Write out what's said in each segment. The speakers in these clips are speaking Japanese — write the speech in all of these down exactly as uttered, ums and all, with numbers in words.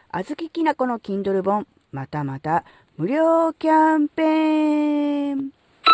あずききなこの Kindle 本、またまた無料キャンペーン。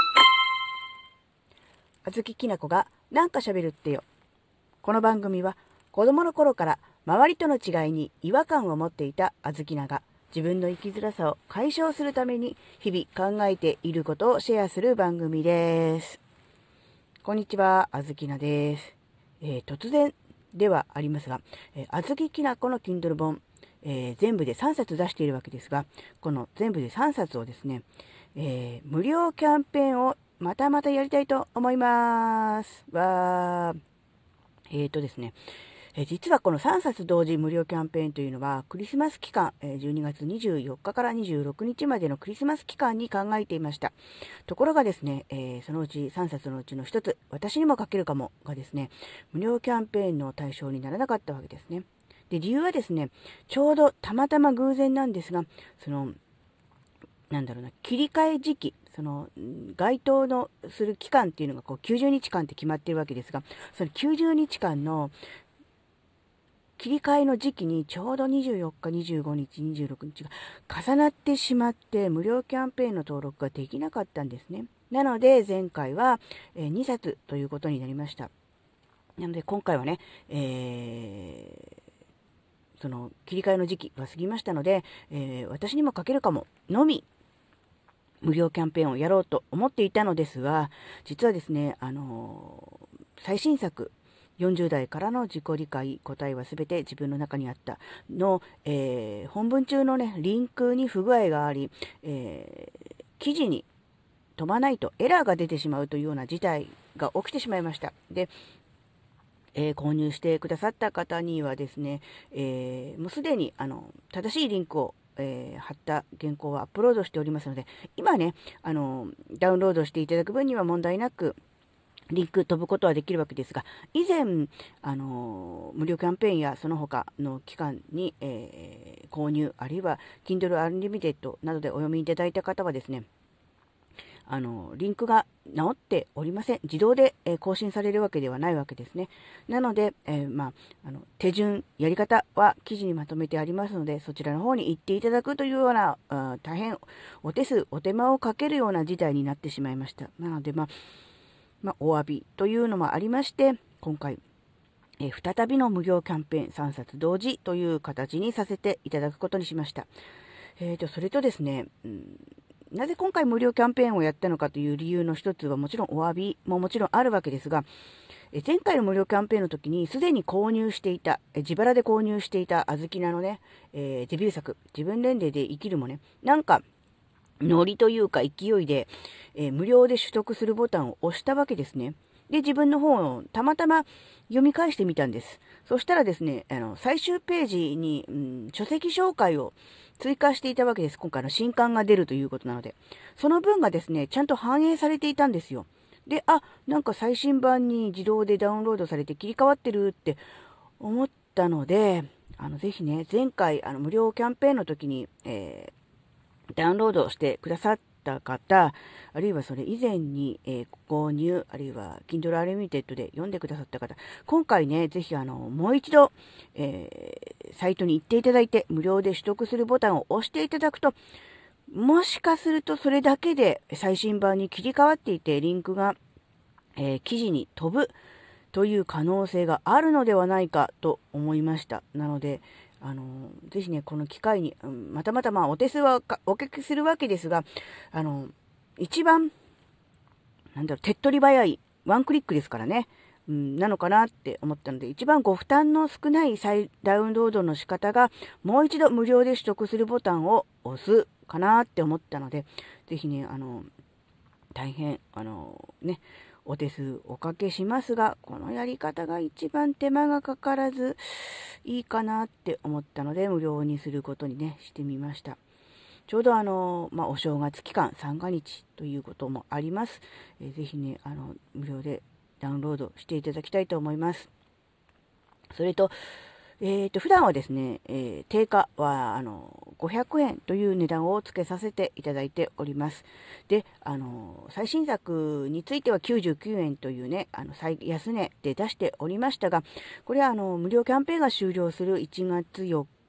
あずききなこがなんか喋るってよ。この番組は子供の頃から周りとの違いに違和感を持っていたあずきなが自分の生きづらさを解消するために日々考えていることをシェアする番組です。こんにちは、あずきなです。えー、突然ではありますが、えー、あずききなこの Kindle 本、えー、全部でさんさつ出しているわけですが、この全部でさんさつをですね、えー、無料キャンペーンをまたまたやりたいと思います。わー。えーとですね、えー、実はこのさんさつ同時無料キャンペーンというのはクリスマス期間、えー、じゅうにがつにじゅうよっかからにじゅうろくにちまでのクリスマス期間に考えていました。ところがですね、えー、そのうちさんさつのうちのひとつ、私にも書けるかもがですね、無料キャンペーンの対象にならなかったわけですね。で、理由はですね、ちょうどたまたま偶然なんですが、その、なんだろうな、切り替え時期、その、該当のする期間っていうのがこうきゅうじゅうにちかんって決まっているわけですが、そのきゅうじゅうにちかんの切り替えの時期にちょうどにじゅうよっか、にじゅうごにち、にじゅうろくにちが重なってしまって無料キャンペーンの登録ができなかったんですね。なので前回はにさつということになりました。なので今回はね、えー、その切り替えの時期が過ぎましたので、えー、私にも書けるかものみ無料キャンペーンをやろうと思っていたのですが、実はですね、あのー、最新作よんじゅうだいからの自己理解、答えはすべて自分の中にあったの、えー、本文中のね、リンクに不具合があり、えー、記事に飛ばないとエラーが出てしまうというような事態が起きてしまいました。で、えー、購入してくださった方にはですね、えー、もうすでにあの正しいリンクをえー、貼った原稿をアップロードしておりますので、今ね、あのダウンロードしていただく分には問題なく、リンク飛ぶことはできるわけですが、以前、あの無料キャンペーンやその他の期間に、えー、購入、あるいは Kindle Unlimited などでお読みいただいた方はですね、あのリンクが直っておりません。自動で、えー、更新されるわけではないわけですね。なので、えーまあ、あの手順、やり方は記事にまとめてありますので、そちらの方に行っていただくというような、あ大変お手数、お手間をかけるような事態になってしまいました。なので、まあまあ、お詫びというのもありまして、今回、えー、再びの無料キャンペーンさんさつ同時という形にさせていただくことにしました。えーと、それとですね、うんなぜ今回無料キャンペーンをやったのかという理由の一つはもちろんお詫びももちろんあるわけですが、前回の無料キャンペーンの時にすでに購入していた、自腹で購入していたあずきなのね、えー、デビュー作、自分連齢で生きるもね、なんか、ノリというか勢いで、えー、無料で取得するボタンを押したわけですね。で、自分の本をたまたま読み返してみたんです。そしたらですね、あの、最終ページに、うん、書籍紹介を追加していたわけです。今回の新刊が出るということなので。その分がですね、ちゃんと反映されていたんですよ。で、あ、なんか最新版に自動でダウンロードされて切り替わってるって思ったので、あの、ぜひね、前回、あの、無料キャンペーンの時に、えー、ダウンロードしてくださった方、あるいはそれ以前に、えー、購入、あるいは Kindle Unlimited で読んでくださった方、今回ね、ぜひあの、もう一度、えー、サイトに行っていただいて、無料で取得するボタンを押していただくと、もしかするとそれだけで最新版に切り替わっていて、リンクが、えー、記事に飛ぶという可能性があるのではないかと思いました。なので、あのぜひね、この機会に、うん、またまたまあお手数はおかけするわけですが、あの一番、なんだろう、手っ取り早い、ワンクリックですからね、うん、なのかなって思ったので、一番ご負担の少ない再ダウンロードの仕方が、もう一度無料で取得するボタンを押すかなって思ったので、ぜひね、あの、大変、あのね、お手数おかけしますが、このやり方が一番手間がかからずいいかなって思ったので、無料にすることにね、してみました。ちょうどあの、まあ、お正月期間、三が日ということもあります。えー、ぜひね、あの、無料でダウンロードしていただきたいと思います。それと、えーと、普段はですね、えー、定価は、あの、ごひゃくえんという値段をつけさせていただいております。で、あの、最新作についてはきゅうじゅうきゅうえんというね、あの、最安値で出しておりましたが、これはあの、無料キャンペーンが終了するいちがつよっ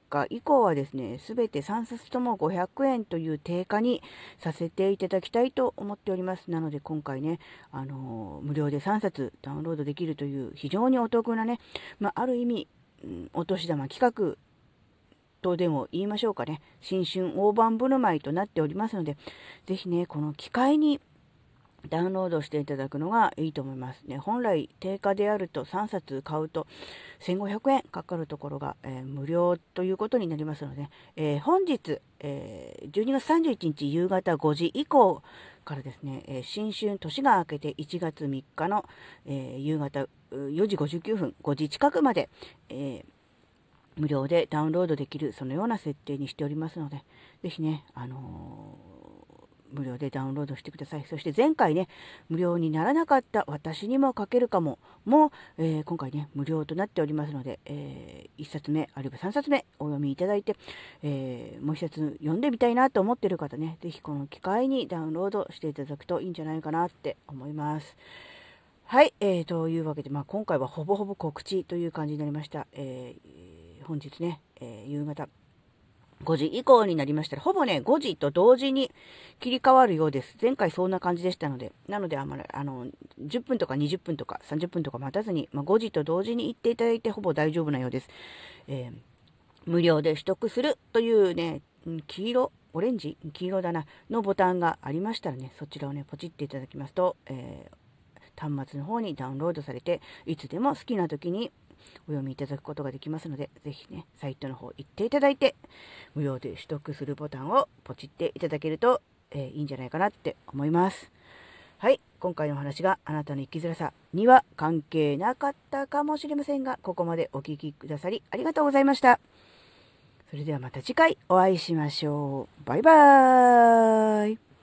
日以降はですね、すべてさんさつともごひゃくえんという定価にさせていただきたいと思っております。なので今回ね、あのー、無料でさんさつダウンロードできるという非常にお得なね、まあ、ある意味、うん、お年玉企画とでも言いましょうかね、新春大盤振る舞いとなっておりますので、ぜひね、この機会にダウンロードしていただくのがいいと思いますね。本来定価であるとさんさつ買うとせんごひゃくえんかかるところが、えー、無料ということになりますので、えー、本日、えー、じゅうにがつさんじゅういちにち夕方ごじ以降からですね、えー、新春年が明けていちがつみっかの、えー、夕方よじごじゅうきゅうふん、ごじ近くまで、えー無料でダウンロードできる、そのような設定にしておりますので、ぜひね、あのー、無料でダウンロードしてください。そして前回ね、無料にならなかった私にも書けるかも、も、えー、今回ね、無料となっておりますので、えー、いっさつめ、あるいはさんさつめお読みいただいて、えー、もう一つ読んでみたいなと思っている方ね、ぜひこの機会にダウンロードしていただくといいんじゃないかなって思います。はい、えー、というわけで、まあ、今回はほぼほぼ告知という感じになりました。えー本日ね、えー、夕方ごじ以降になりましたら、ほぼね、ごじと同時に切り替わるようです。前回そんな感じでしたので、なので、あまり、あの、じゅっぷんとかにじゅっぷんとかさんじゅっぷんとか待たずに、まあ、ごじと同時に行っていただいて、ほぼ大丈夫なようです。えー、無料で取得するというね、黄色、オレンジ黄色だな、のボタンがありましたらね、そちらをね、ポチっていただきますと、えー、端末の方にダウンロードされて、いつでも好きな時にお読みいただくことができますので、ぜひね、サイトの方行っていただいて、無料で取得するボタンをポチっていただけると、えー、いいんじゃないかなって思います。はい、今回のお話があなたの生きづらさには関係なかったかもしれませんが、ここまでお聞きくださりありがとうございました。それではまた次回お会いしましょう。バイバーイ。